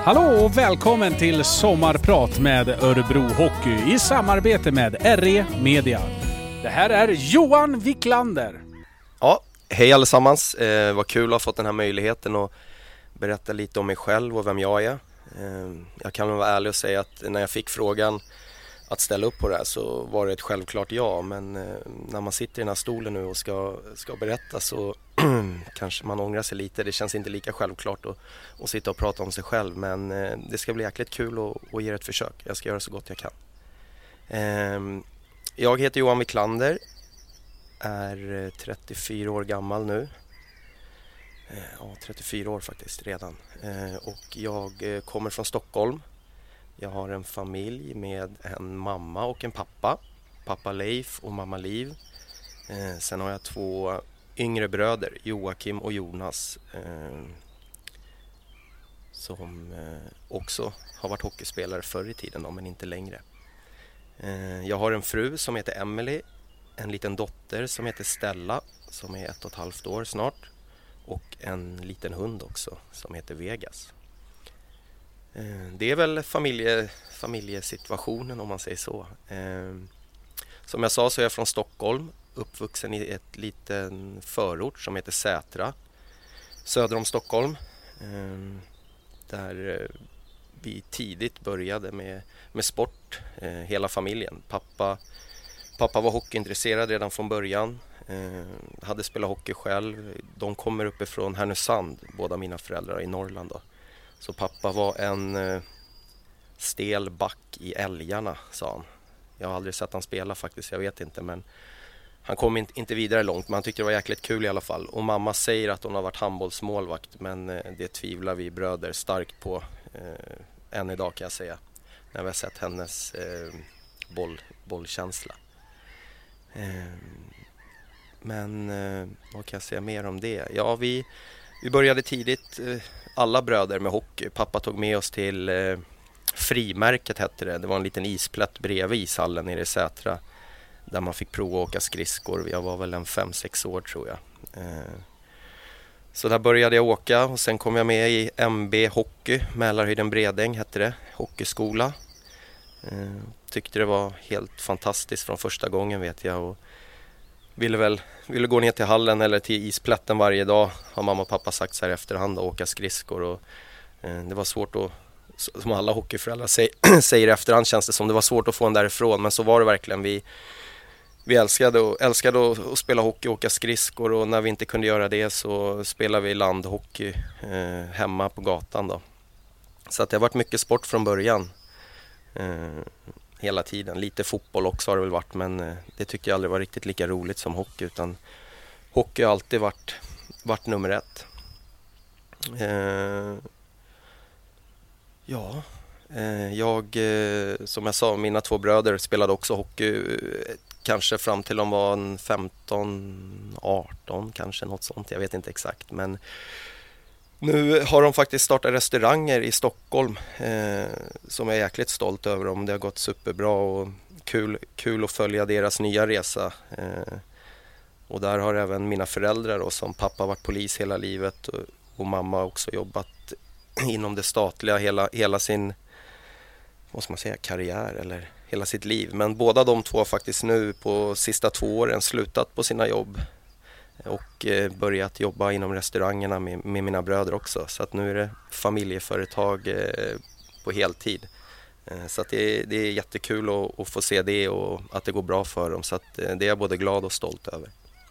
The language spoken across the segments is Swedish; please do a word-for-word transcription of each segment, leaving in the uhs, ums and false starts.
Hallå och välkommen till Sommarprat med Örebro Hockey i samarbete med R E Media. Det här är Johan Wiklander. Ja, hej allesammans. Eh, vad kul att ha fått den här möjligheten att berätta lite om mig själv och vem jag är. Eh, jag kan vara ärlig och säga att när jag fick frågan att ställa upp på det här så var det ett självklart ja. Men eh, när man sitter i den här stolen nu och ska, ska berätta så kanske man ångrar sig lite. Det känns inte lika självklart att, att sitta och prata om sig själv. Men eh, det ska bli jäkligt kul att, att ge ett försök. Jag ska göra så gott jag kan. Eh, jag heter Johan Wiklander. Är trettiofyra år gammal nu. Ja, trettiofyra år faktiskt redan. Och jag kommer från Stockholm. Jag har en familj med en mamma och en pappa. Pappa Leif och mamma Liv. Sen har jag två yngre bröder, Joakim och Jonas. Som också har varit hockeyspelare förr i tiden, men inte längre. Jag har en fru som heter Emily. En liten dotter som heter Stella som är ett och ett halvt år snart. Och en liten hund också som heter Vegas. Det är väl familje, familjesituationen om man säger så. Som jag sa så är jag från Stockholm. Uppvuxen i ett liten förort som heter Sätra. Söder om Stockholm. Där vi tidigt började med, med sport. Hela familjen. Pappa... Pappa var hockeyintresserad redan från början. Eh, hade spelat hockey själv. De kommer uppifrån Härnösand, båda mina föräldrar i Norrland då. Så pappa var en eh, stel back i Älgarna, sa han. Jag har aldrig sett han spela faktiskt, jag vet inte. Men han kom in, inte vidare långt, men han tyckte det var jäkligt kul i alla fall. Och mamma säger att hon har varit handbollsmålvakt, men eh, det tvivlar vi bröder starkt på. Eh, än idag kan jag säga. När vi har sett hennes eh, boll, bollkänsla. Men vad kan jag säga mer om det? Ja, vi, vi började tidigt, alla bröder med hockey. Pappa tog med oss till Frimärket hette det. Det var en liten isplätt bredvid ishallen nere i Sätra. Där man fick prova att åka skridskor. Jag var väl en fem sex år tror jag. Så där började jag åka och sen kom jag med i M B Hockey. Mälarhöjden Bredäng hette det. Hockeyskola. Tyckte det var helt fantastiskt från första gången vet jag och ville väl ville gå ner till hallen eller till isplätten varje dag har mamma och pappa sagt så här efterhand och åka skridskor och eh, det var svårt att som alla hockeyföräldrar säger, säger i efterhand känns det som det var svårt att få en därifrån men så var det verkligen vi vi älskade och älskade att, att spela hockey och åka skridskor och när vi inte kunde göra det så spelade vi landhockey eh, hemma på gatan då. Så att det har varit mycket sport från början. Eh, hela tiden. Lite fotboll också har det väl varit men eh, det tyckte jag aldrig var riktigt lika roligt som hockey utan hockey har alltid varit, varit nummer ett. Eh, ja, eh, jag eh, som jag sa, mina två bröder spelade också hockey eh, kanske fram till de var en femton arton kanske något sånt, jag vet inte exakt men nu har de faktiskt startat restauranger i Stockholm eh, som jag är jäkligt stolt över om. Det har gått superbra och kul, kul att följa deras nya resa. Eh, och där har även mina föräldrar då, som pappa varit polis hela livet och, och mamma också jobbat inom det statliga hela, hela sin vad ska man säga, karriär eller hela sitt liv. Men båda de två har faktiskt nu på sista två åren slutat på sina jobb. Och eh, börjat jobba inom restaurangerna med, med mina bröder också. Så att nu är det familjeföretag eh, på heltid. Eh, så att det, det är jättekul att, att få se det och att det går bra för dem. Så att eh, det är jag både glad och stolt över.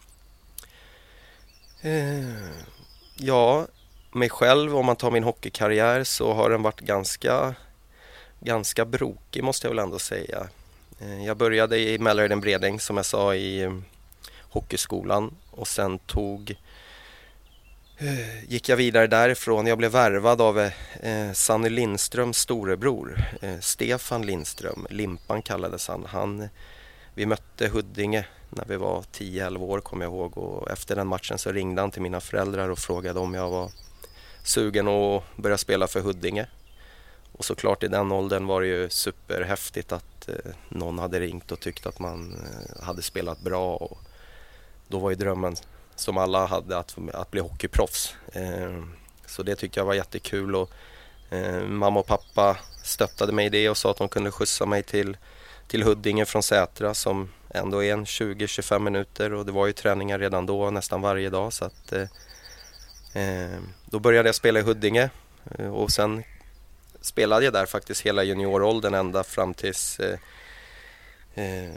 Eh, ja, mig själv om man tar min hockeykarriär så har den varit ganska, ganska brokig måste jag väl ändå säga. Eh, jag började i Mälarhöjden Bredäng som jag sa i hockeyskolan och sen tog gick jag vidare därifrån. Jag blev värvad av eh, Sanny Lindströms storebror eh, Stefan Lindström, Limpan kallades han. han vi mötte Huddinge när vi var tio elva år kommer jag ihåg och efter den matchen så ringde han till mina föräldrar och frågade om jag var sugen att börja spela för Huddinge. Och såklart i den åldern var det ju superhäftigt att eh, någon hade ringt och tyckt att man eh, hade spelat bra och då var ju drömmen som alla hade att, att bli hockeyproffs. Eh, så det tyckte jag var jättekul och Eh, mamma och pappa stöttade mig i det och sa att de kunde skjutsa mig till, till Huddinge från Sätra som ändå är en tjugo till tjugofem minuter, och det var ju träningar redan då nästan varje dag, så att eh, eh, då började jag spela i Huddinge eh, och sen spelade jag där faktiskt hela junioråldern ända fram tills eh, eh,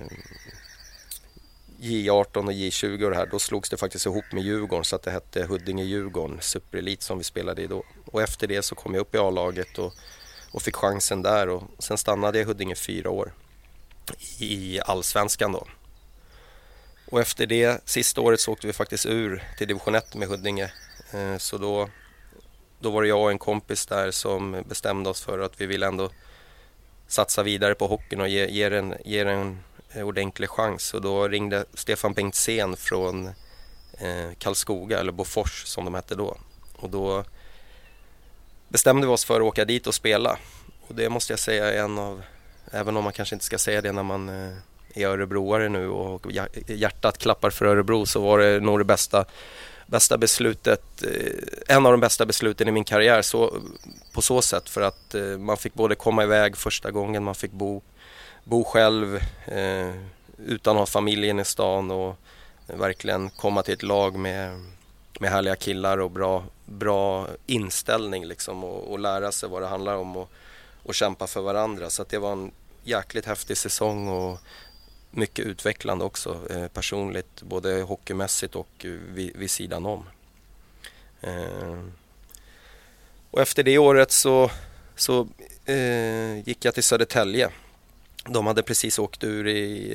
J arton och J tjugo och det här. Då slogs det faktiskt ihop med Djurgården så att det hette Huddinge-Djurgården Superelit som vi spelade i då. Och efter det så kom jag upp i A-laget och, och fick chansen där, och sen stannade jag i Huddinge fyra år i Allsvenskan då. Och efter det, sista året så åkte vi faktiskt ur till division ett med Huddinge. Eh, så då, då var det jag och en kompis där som bestämde oss för att vi ville ändå satsa vidare på hockeyn och ge, ge en, ge en ordentlig chans. Och då ringde Stefan Bengtzén från eh, Karlskoga, eller Bofors som de hette då. Och då bestämde vi oss för att åka dit och spela. Och det måste jag säga är en av, även om man kanske inte ska säga det när man eh, är örebroare nu och hjärtat klappar för Örebro, så var det nog det bästa, bästa beslutet, eh, en av de bästa besluten i min karriär så, på så sätt, för att eh, man fick både komma iväg första gången, man fick bo bo själv eh, utan att ha familjen i stan, och verkligen komma till ett lag med, med härliga killar och bra, bra inställning liksom, och, och lära sig vad det handlar om och, och kämpa för varandra. Så att det var en jäkligt häftig säsong och mycket utvecklande också eh, personligt, både hockeymässigt och vid, vid sidan om. Eh, och efter det året så, så eh, gick jag till Södertälje. De hade precis åkt ur i,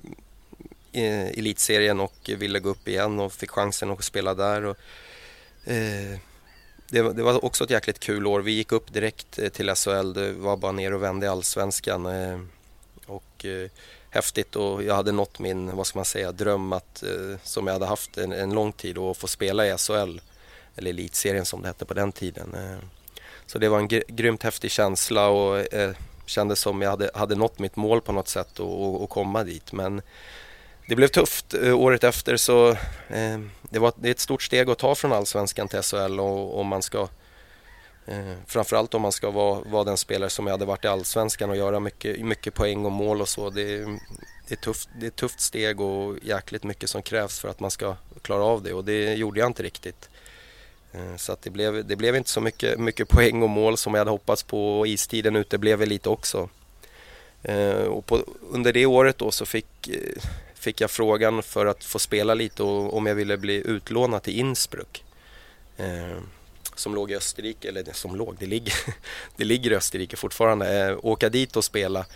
i elitserien och ville gå upp igen och fick chansen att spela där. Och, eh, det, var, det var också ett jäkligt kul år. Vi gick upp direkt till S H L. Det var bara ner och vände i Allsvenskan. Eh, och eh, häftigt, och jag hade nått min, vad ska man säga, dröm att, eh, som jag hade haft en, en lång tid, att få spela i S H L, eller elitserien som det hette på den tiden. Eh, så det var en gr- grymt häftig känsla, och eh, kändes som jag hade, hade nått mitt mål på något sätt och, och, och komma dit. Men det blev tufft. Året efter så eh, det var det är ett stort steg att ta från Allsvenskan till S H L, och om man ska eh, framförallt om man ska vara, vara den spelare som jag hade varit i Allsvenskan och göra mycket, mycket poäng och mål och så. Det, det, är tufft, det är ett tufft steg och jäkligt mycket som krävs för att man ska klara av det, och det gjorde jag inte riktigt. Så att det blev, det blev inte så mycket, mycket poäng och mål som jag hade hoppats på, och istiden ute blev det lite också. Och på, under det året då så fick, fick jag frågan för att få spela lite, och om jag ville bli utlånad till Innsbruck. Som låg i Österrike, eller som låg, det ligger, det ligger i Österrike fortfarande. Åka dit och spela.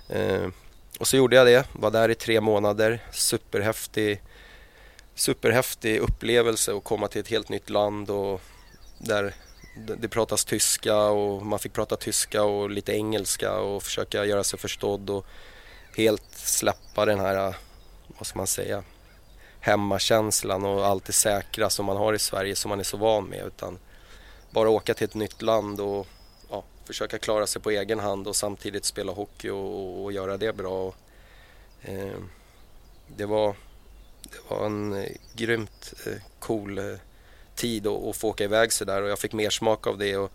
Och så gjorde jag det, var där i tre månader, superhäftig. Superhäftig upplevelse att komma till ett helt nytt land, och där det pratas tyska och man fick prata tyska och lite engelska och försöka göra sig förstådd och helt släppa den här, vad ska man säga, hemmakänslan och allt det säkra som man har i Sverige som man är så van med, utan bara åka till ett nytt land och ja, försöka klara sig på egen hand och samtidigt spela hockey och, och göra det bra. Och, eh, det var Det var en eh, grymt eh, cool eh, tid att, att få åka iväg så där, och jag fick mer smak av det. Och,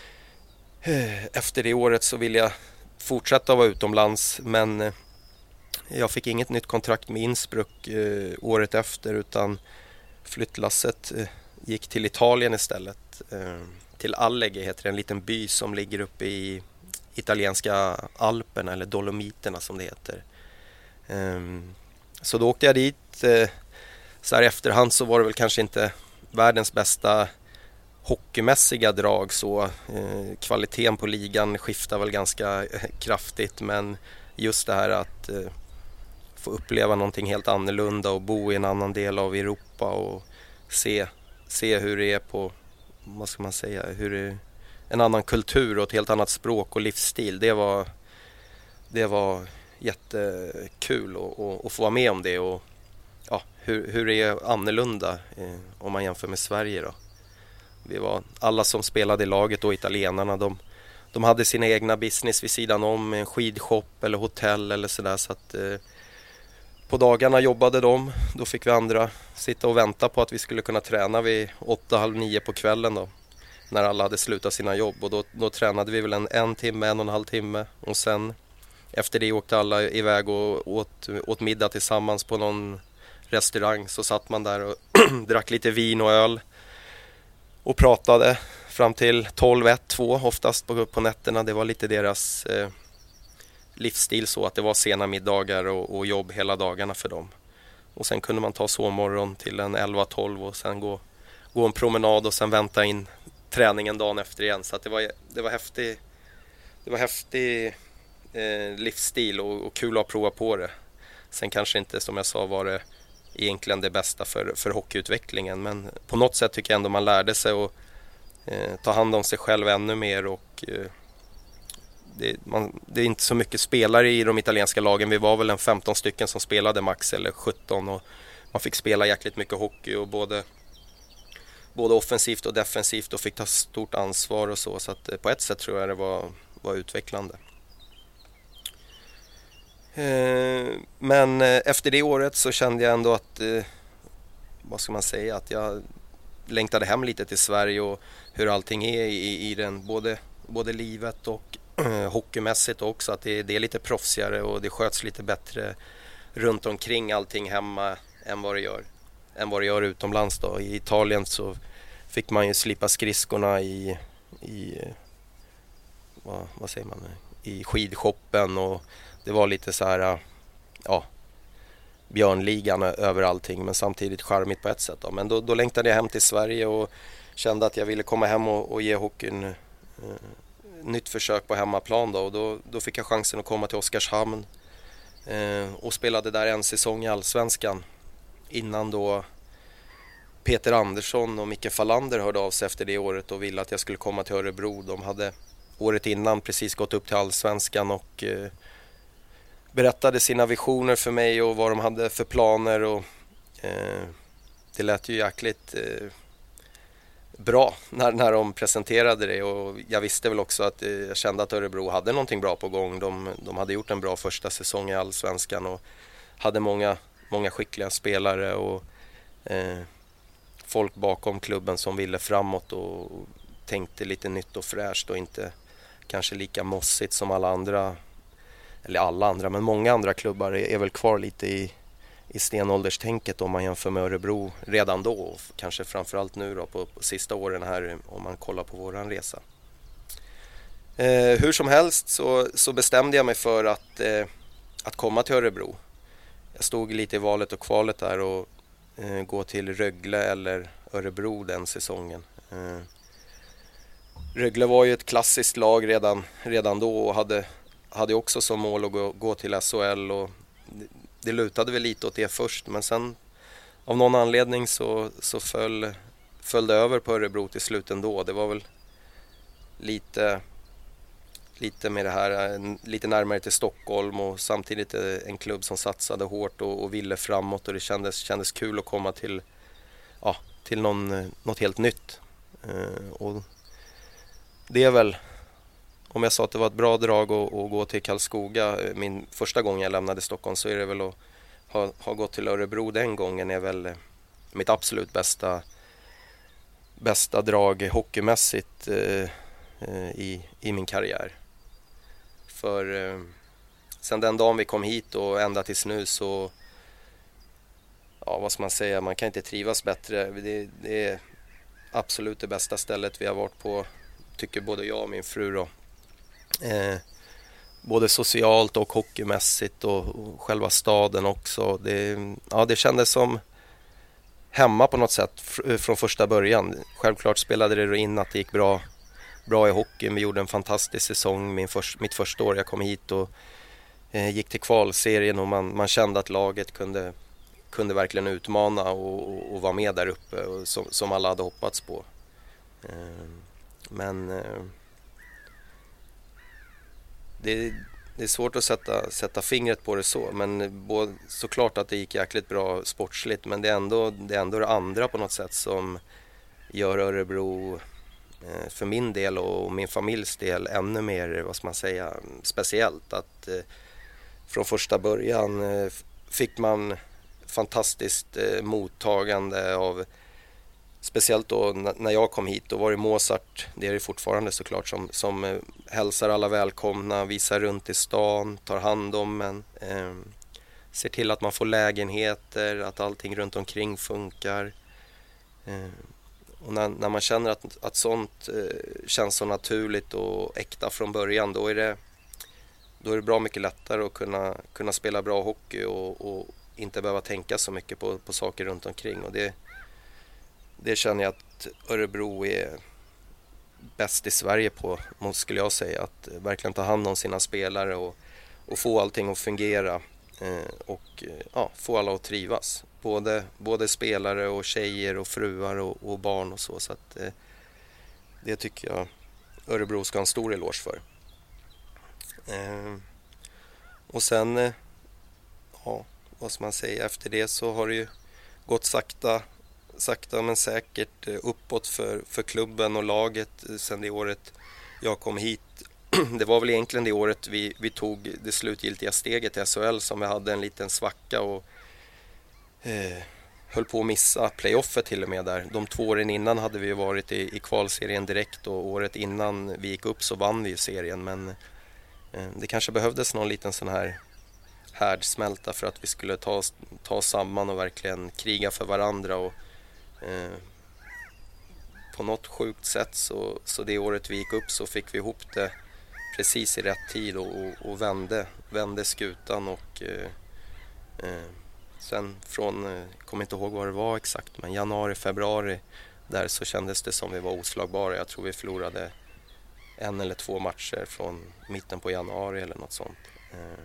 eh, efter det året så ville jag fortsätta vara utomlands, men eh, jag fick inget nytt kontrakt med Innsbruck eh, året efter, utan flyttlasset eh, gick till Italien istället. Eh, till Alleghe heter det, en liten by som ligger uppe i italienska Alperna, eller Dolomiterna som det heter. Eh, Så då åkte jag dit. Så här i efterhand så var det väl kanske inte världens bästa hockeymässiga drag så. Kvaliteten på ligan skiftar väl ganska kraftigt, men just det här att få uppleva någonting helt annorlunda och bo i en annan del av Europa och se, se hur det är på, vad ska man säga, hur det, en annan kultur och ett helt annat språk och livsstil. Det var, det var jättekul att, att få vara med om det, och ja, hur, hur det är annorlunda eh, om man jämför med Sverige då. Vi var alla som spelade i laget och italienarna, de, de hade sina egna business vid sidan om, en skidshop eller hotell eller sådär, så att eh, på dagarna jobbade de, då fick vi andra sitta och vänta på att vi skulle kunna träna vid åtta, halv nio på kvällen då. när alla hade slutat sina jobb. Och då, då tränade vi väl en, en timme, en och en halv timme. Och sen efter det åkte alla iväg och åt, åt middag tillsammans på någon restaurang. Så satt man där och drack lite vin och öl och pratade fram till tolv, ett, två oftast på, på nätterna. Det var lite deras eh, livsstil så att det var sena middagar och, och jobb hela dagarna för dem. Och sen kunde man ta sovmorgon till en elva tolv och sen gå, gå en promenad och sen vänta in träningen dagen efter igen. Så att det var, det var häftig, det var häftig eh, livsstil och, och kul att prova på det. Sen kanske inte, som jag sa, var det egentligen det bästa för, för hockeyutvecklingen. Men på något sätt tycker jag ändå man lärde sig att eh, ta hand om sig själv ännu mer. Och eh, det, man, det är inte så mycket spelare i de italienska lagen. Vi var väl en femton stycken som spelade max eller sjutton. Och man fick spela jäkligt mycket hockey och både, både offensivt och defensivt och fick ta stort ansvar och så. Så att eh, på ett sätt tror jag det var, var utvecklande. Men efter det året så kände jag ändå att, vad ska man säga, att jag längtade hem lite till Sverige och hur allting är i, i den, både, både livet och eh, hockeymässigt också, att det, det är lite proffsigare och det sköts lite bättre runt omkring allting hemma än vad det gör, än vad det gör utomlands då. I Italien så fick man ju slipa skridskorna i, i vad, vad säger man, i skidshoppen och det var lite så här, ja, björnligan över allting, men samtidigt charmigt på ett sätt då. Men då, då längtade jag hem till Sverige och kände att jag ville komma hem och, och ge hockeyn eh, nytt försök på hemmaplan då. Och då, då fick jag chansen att komma till Oskarshamn eh, och spelade där en säsong i Allsvenskan innan då Peter Andersson och Micke Fallander hörde av sig efter det året och ville att jag skulle komma till Örebro. De hade året innan precis gått upp till Allsvenskan och eh, berättade sina visioner för mig och vad de hade för planer och eh, det lät ju jäkligt eh, bra när, när de presenterade det och jag visste väl också att eh, jag kände att Örebro hade någonting bra på gång. De, de hade gjort en bra första säsong i Allsvenskan och hade många, många skickliga spelare och eh, folk bakom klubben som ville framåt och, och tänkte lite nytt och fräscht och inte kanske lika mossigt som alla andra, eller alla andra, men många andra klubbar är, är väl kvar lite i, i stenålderstänket om man jämför med Örebro redan då och kanske framförallt nu då på, på sista åren här om man kollar på våran resa. Eh, hur som helst så, så bestämde jag mig för att, eh, att komma till Örebro. Jag stod lite i valet och kvalet där och eh, gå till Rögle eller Örebro den säsongen. Eh, Rögle var ju ett klassiskt lag redan, redan då och hade, hade också som mål att gå, gå till S H L och det, det lutade väl lite åt det först men sen av någon anledning så, så föll, föll det över på Örebro till slut ändå. Det var väl lite, lite med det här, lite närmare till Stockholm och samtidigt en klubb som satsade hårt och, och ville framåt och det kändes, kändes kul att komma till, ja, till någon, något helt nytt. Uh, och det är väl, om jag sa att det var ett bra drag att, att gå till Karlskoga min första gång jag lämnade Stockholm så är det väl att ha, ha gått till Örebro den gången är väl mitt absolut bästa bästa drag hockeymässigt eh, i, i min karriär. För eh, sen den dagen vi kom hit och ända tills nu så, ja vad ska man säga, man kan inte trivas bättre. Det, det är absolut det bästa stället vi har varit på, tycker både jag och min fru då. Eh, både socialt och hockeymässigt och, och själva staden också. Det, ja, det kändes som hemma på något sätt fr- från första början. Självklart spelade det in att det gick bra, bra i hockey. Vi gjorde en fantastisk säsong min för, mitt första år jag kom hit och eh, gick till kvalserien och man, man kände att laget kunde, kunde verkligen utmana och, och, och vara med där uppe och, som, som alla hade hoppats på. Eh, men eh, Det, det är svårt att sätta, sätta fingret på det så, men både, såklart att det gick jäkligt bra sportsligt, men det är ändå det, är ändå det andra på något sätt som gör Örebro eh, för min del och min familjs del ännu mer, vad ska man säga, speciellt. Att eh, från första början eh, fick man fantastiskt eh, mottagande av speciellt då n- när jag kom hit, då var det Mozart, det är det fortfarande såklart, som, som eh, hälsar alla välkomna, visar runt i stan, tar hand om en, eh, ser till att man får lägenheter, att allting runt omkring funkar. Eh, och när, när man känner att, att sånt eh, känns så naturligt och äkta från början, då är det, då är det bra mycket lättare att kunna, kunna spela bra hockey och, och inte behöva tänka så mycket på, på saker runt omkring. Och det, det känner jag att Örebro är bäst i Sverige på, skulle jag säga. Att verkligen ta hand om sina spelare och, och få allting att fungera eh, och ja, få alla att trivas. Både, både spelare och tjejer och fruar och, och barn och så. Så att, eh, det tycker jag Örebro ska ha en stor eloge för. Eh, och sen, eh, ja, vad ska man säga, efter det så har det ju gått sakta, sakta men säkert uppåt för, för klubben och laget sen det året jag kom hit. Det var väl egentligen det året vi, vi tog det slutgiltiga steget i S H L som vi hade en liten svacka och eh, höll på att missa playoffet till och med där. De två åren innan hade vi varit i, i kvalserien direkt och året innan vi gick upp så vann vi ju serien, men eh, det kanske behövdes någon liten sån här härdsmälta för att vi skulle ta, ta oss samman och verkligen kriga för varandra och eh, på något sjukt sätt så, så det året vi gick upp så fick vi ihop det precis i rätt tid och, och, och vände, vände skutan och eh, eh, sen från, eh, jag kommer inte ihåg vad det var exakt, men januari, februari där så kändes det som vi var oslagbara. Jag tror vi förlorade en eller två matcher från mitten på januari eller något sånt. Eh,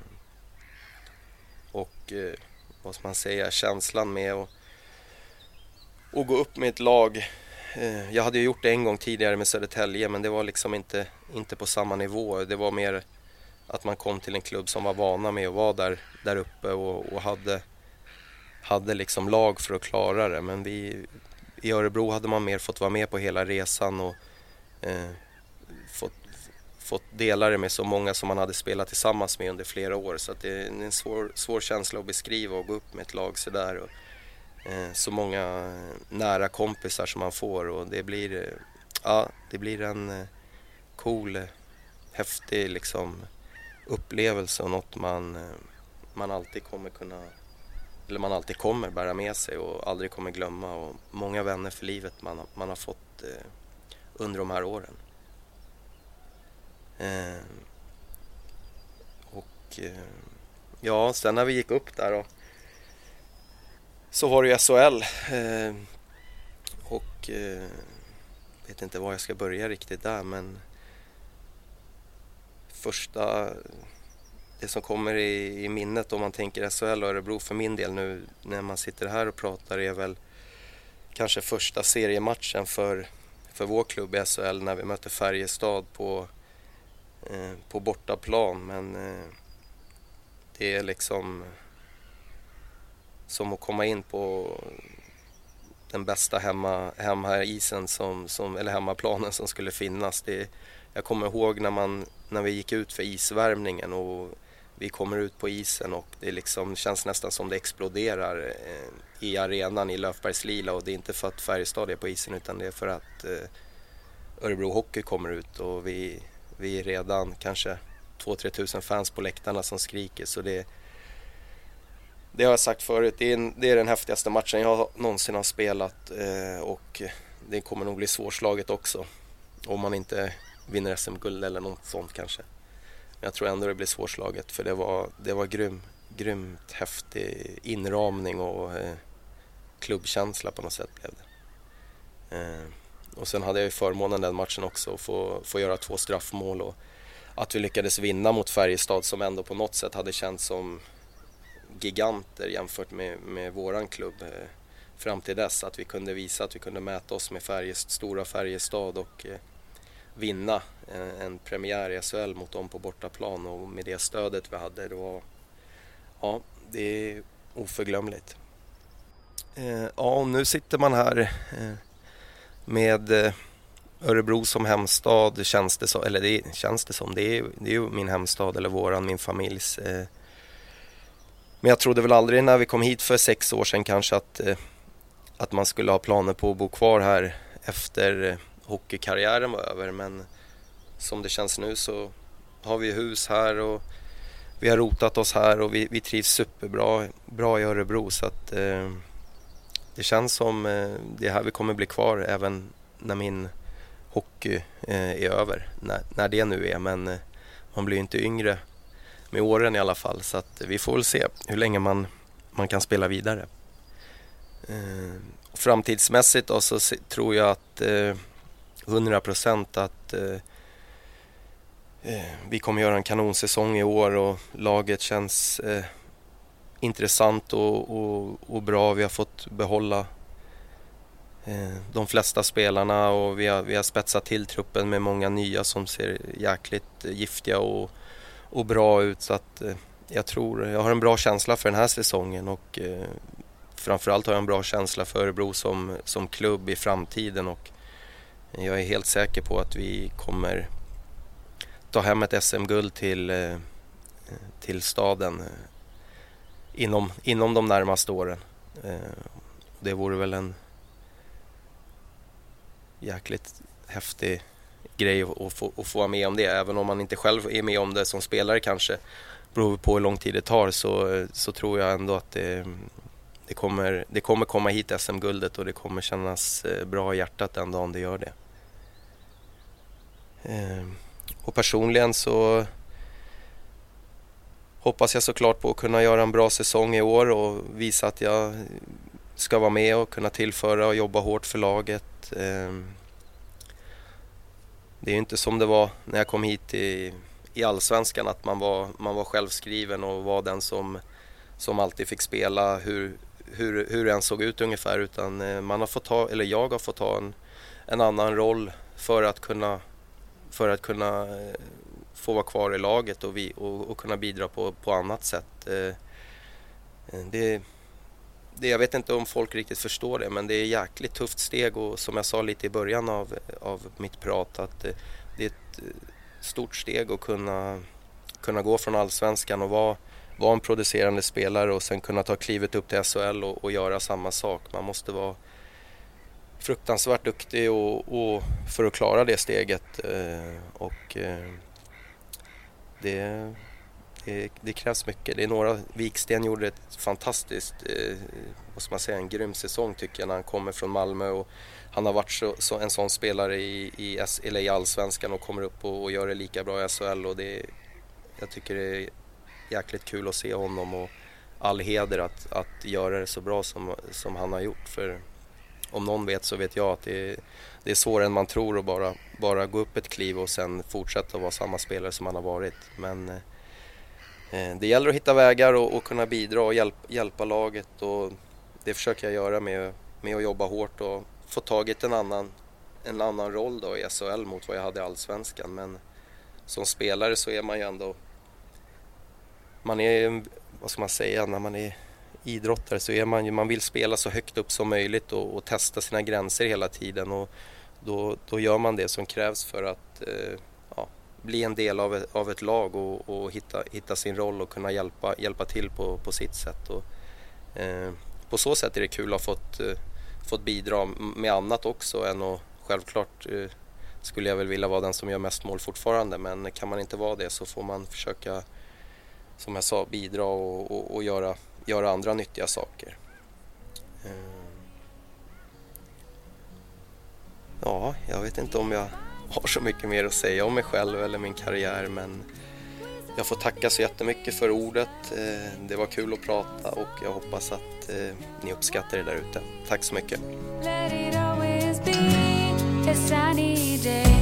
och eh, vad ska man säga, känslan med att, att gå upp med ett lag. Eh, jag hade ju gjort det en gång tidigare med Södertälje, men det var liksom inte, inte på samma nivå. Det var mer att man kom till en klubb som var vana med att vara där, där uppe och, och hade, hade liksom lag för att klara det. Men vi, i Örebro hade man mer fått vara med på hela resan och eh, fått fått dela det med så många som man hade spelat tillsammans med under flera år. Så att det är en svår, svår känsla att beskriva och gå upp med ett lag så där. Och, eh, så många nära kompisar som man får och det blir, eh, ja, det blir en eh, cool, eh, häftig liksom, upplevelse och något man, eh, man alltid kommer kunna, eller man alltid kommer bära med sig och aldrig kommer glömma. Och många vänner för livet man, man har fått eh, under de här åren. Eh, och eh, ja, sen när vi gick upp där och, så var det ju S H L eh, och eh, vet inte var jag ska börja riktigt där, men första det som kommer i, i minnet om man tänker S H L och Örebro för min del nu när man sitter här och pratar är väl kanske första seriematchen för, för vår klubb i S H L när vi mötte Färjestad på på bortaplan, men eh, det är liksom som att komma in på den bästa hemma, hemma isen som, som, eller hemmaplanen som skulle finnas. Det, jag kommer ihåg när, man, när vi gick ut för isvärmningen och vi kommer ut på isen och det liksom känns nästan som det exploderar eh, i arenan i Löfbergslila, och det är inte för att Färjestad är på isen utan det är för att eh, Örebro Hockey kommer ut och vi Vi är redan kanske två till tre tusen fans på läktarna som skriker. Så det, det har jag sagt förut. Det är, en, det är den häftigaste matchen jag någonsin har spelat. Eh, och det kommer nog bli svårslaget också. Om man inte vinner S M-guld eller något sånt kanske. Men jag tror ändå det blir svårslaget. För det var, det var grym, grymt häftig inramning och eh, klubbkänsla på något sätt blev det. Eh, Och sen hade jag ju förmånen den matchen också att få, få göra två straffmål och att vi lyckades vinna mot Färjestad som ändå på något sätt hade känts som giganter jämfört med, med våran klubb eh, fram till dess. Att vi kunde visa att vi kunde mäta oss med Färjest, stora Färjestad och eh, vinna eh, en premiär i S H L mot dem på bortaplan, och med det stödet vi hade, det var, ja, det är oförglömligt. Eh, ja, och nu sitter man här eh, med Örebro som hemstad, känns det, så, eller det känns det som. Det är, det är ju min hemstad eller våran, min familjs. Men jag trodde väl aldrig när vi kom hit för sex år sedan kanske att, att man skulle ha planer på att bo kvar här efter hockeykarriären var över. Men som det känns nu så har vi hus här och vi har rotat oss här och vi, vi trivs superbra bra i Örebro. Så att eh, det känns som eh, det här vi kommer bli kvar även när min hockey eh, är över. När, när det nu är, men eh, man blir ju inte yngre med åren i alla fall. Så att vi får väl se hur länge man, man kan spela vidare. Eh, framtidsmässigt då, så se, tror jag att eh, hundra procent att eh, eh, vi kommer göra en kanonsäsong i år och laget känns eh, intressant och, och, och bra. Vi har fått behålla eh, de flesta spelarna och vi har, vi har spetsat till truppen med många nya som ser jäkligt giftiga och, och bra ut. Så att eh, jag tror, jag har en bra känsla för den här säsongen och eh, framförallt har jag en bra känsla för Örebro som, som klubb i framtiden och jag är helt säker på att vi kommer ta hem ett S M-guld till, eh, till staden eh, inom, inom de närmaste åren. Eh, det vore väl en jäkligt häftig grej att få, att få vara med om det. Även om man inte själv är med om det som spelare kanske, beror på hur lång tid det tar, så, så tror jag ändå att det, det, kommer, det kommer komma hit S M-guldet och det kommer kännas bra i hjärtat den dagen det gör det. Eh, och personligen så hoppas jag såklart på att kunna göra en bra säsong i år och visa att jag ska vara med och kunna tillföra och jobba hårt för laget. Det är inte som det var när jag kom hit i, i Allsvenskan, att man var, man var självskriven och var den som, som alltid fick spela hur, hur, hur den såg ut ungefär, utan man har fått ta, eller jag har fått ta en, en annan roll för att kunna, för att kunna få vara kvar i laget och, vi, och, och kunna bidra på, på annat sätt. Det, det, jag vet inte om folk riktigt förstår det, men det är jäkligt tufft steg och som jag sa lite i början av, av mitt prat, att det, det är ett stort steg att kunna, kunna gå från Allsvenskan och vara, vara en producerande spelare och sen kunna ta klivet upp till S H L och, och göra samma sak. Man måste vara fruktansvärt duktig och, och för att klara det steget och det, det, det krävs mycket. Det är några, Viksten gjorde ett fantastiskt, eh, vad ska man säga, en grym säsong tycker jag när han kommer från Malmö och han har varit så, så en sån spelare i, i, eller i Allsvenskan och kommer upp och, och gör det lika bra i S H L och det, jag tycker det är jäkligt kul att se honom och all heder att, att göra det så bra som, som han har gjort, för om någon vet så vet jag att det är, det är svårare än man tror att bara, bara gå upp ett kliv och sen fortsätta att vara samma spelare som man har varit. Men eh, det gäller att hitta vägar och, och kunna bidra och hjälp, hjälpa laget och det försöker jag göra med, med att jobba hårt och få tagit en annan, en annan roll då i S H L mot vad jag hade i Allsvenskan. Men som spelare så är man ju ändå, man är, vad ska man säga, när man är idrottare så är man ju, man vill spela så högt upp som möjligt och, och testa sina gränser hela tiden och då, då gör man det som krävs för att eh, ja, bli en del av ett, av ett lag och, och hitta, hitta sin roll och kunna hjälpa, hjälpa till på, på sitt sätt. Och, eh, på så sätt är det kul att ha fått, eh, fått bidra med annat också än att självklart eh, skulle jag väl vilja vara den som gör mest mål fortfarande, men kan man inte vara det så får man försöka, som jag sa, bidra och, och, och göra göra andra nyttiga saker. Ja, jag vet inte om jag har så mycket mer att säga om mig själv eller min karriär, men jag får tacka så jättemycket för ordet. Det var kul att prata och jag hoppas att ni uppskattar det där ute. Tack så mycket.